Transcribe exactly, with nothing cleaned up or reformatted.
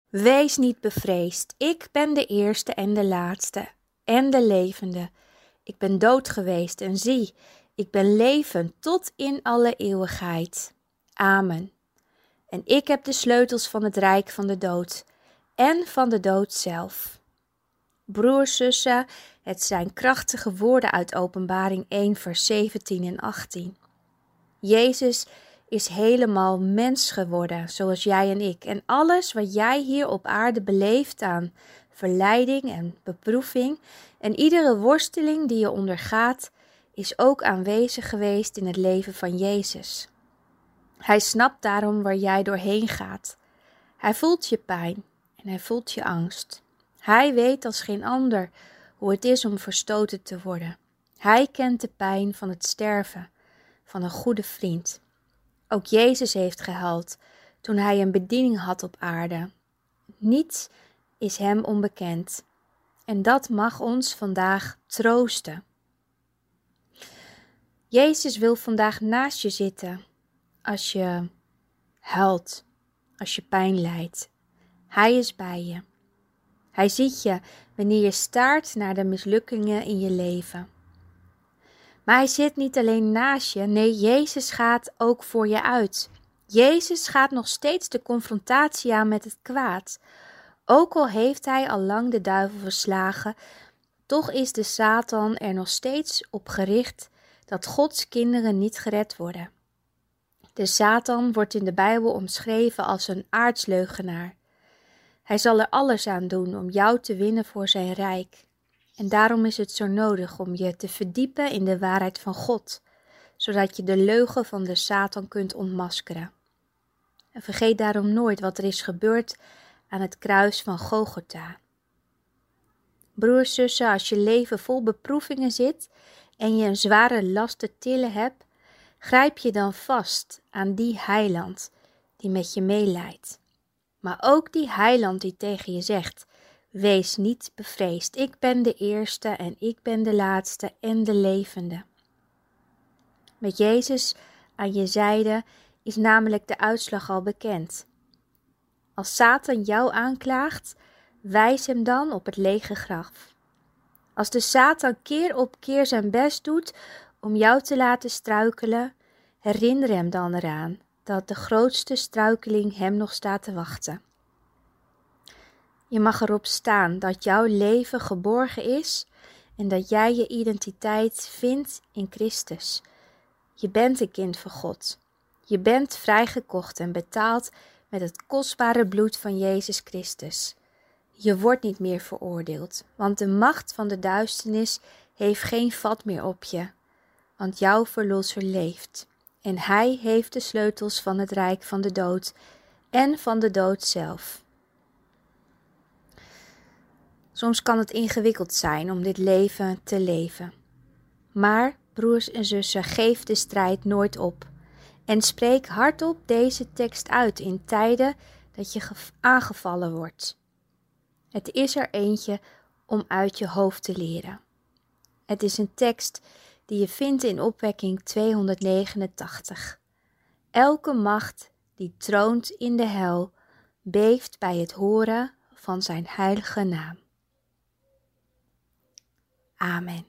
Wees niet bevreesd, ik ben de eerste en de laatste en de levende. Ik ben dood geweest en zie, ik ben levend tot in alle eeuwigheid. Amen. En ik heb de sleutels van het rijk van de dood en van de dood zelf. Broers, zussen, het zijn krachtige woorden uit Openbaring één vers zeventien en achttien. Jezus is helemaal mens geworden, zoals jij en ik. En alles wat jij hier op aarde beleeft aan verleiding en beproeving en iedere worsteling die je ondergaat, is ook aanwezig geweest in het leven van Jezus. Hij snapt daarom waar jij doorheen gaat. Hij voelt je pijn en hij voelt je angst. Hij weet als geen ander hoe het is om verstoten te worden. Hij kent de pijn van het sterven van een goede vriend. Ook Jezus heeft gehuild toen hij een bediening had op aarde. Niets is hem onbekend. En dat mag ons vandaag troosten. Jezus wil vandaag naast je zitten als je huilt, als je pijn lijdt. Hij is bij je. Hij ziet je wanneer je staart naar de mislukkingen in je leven. Maar hij zit niet alleen naast je, nee, Jezus gaat ook voor je uit. Jezus gaat nog steeds de confrontatie aan met het kwaad. Ook al heeft hij al lang de duivel verslagen, toch is de Satan er nog steeds op gericht dat Gods kinderen niet gered worden. De Satan wordt in de Bijbel omschreven als een aardsleugenaar. Hij zal er alles aan doen om jou te winnen voor zijn rijk. En daarom is het zo nodig om je te verdiepen in de waarheid van God, zodat je de leugen van de Satan kunt ontmaskeren. En vergeet daarom nooit wat er is gebeurd aan het kruis van Golgotha. Broers, zussen, als je leven vol beproevingen zit en je een zware last te tillen hebt, grijp je dan vast aan die heiland die met je meelijdt. Maar ook die heiland die tegen je zegt: wees niet bevreesd, ik ben de eerste en ik ben de laatste en de levende. Met Jezus aan je zijde is namelijk de uitslag al bekend. Als Satan jou aanklaagt, wijs hem dan op het lege graf. Als de Satan keer op keer zijn best doet om jou te laten struikelen, herinner hem dan eraan dat de grootste struikeling hem nog staat te wachten. Je mag erop staan dat jouw leven geborgen is en dat jij je identiteit vindt in Christus. Je bent een kind van God. Je bent vrijgekocht en betaald met het kostbare bloed van Jezus Christus. Je wordt niet meer veroordeeld, want de macht van de duisternis heeft geen vat meer op je, want jouw verlosser leeft. En hij heeft de sleutels van het rijk van de dood en van de dood zelf. Soms kan het ingewikkeld zijn om dit leven te leven. Maar, broers en zussen, geef de strijd nooit op. En spreek hardop deze tekst uit in tijden dat je aangevallen wordt. Het is er eentje om uit je hoofd te leren. Het is een tekst die je vindt in Opwekking tweehonderdnegenentachtig. Elke macht die troont in de hel, beeft bij het horen van zijn heilige naam. Amen.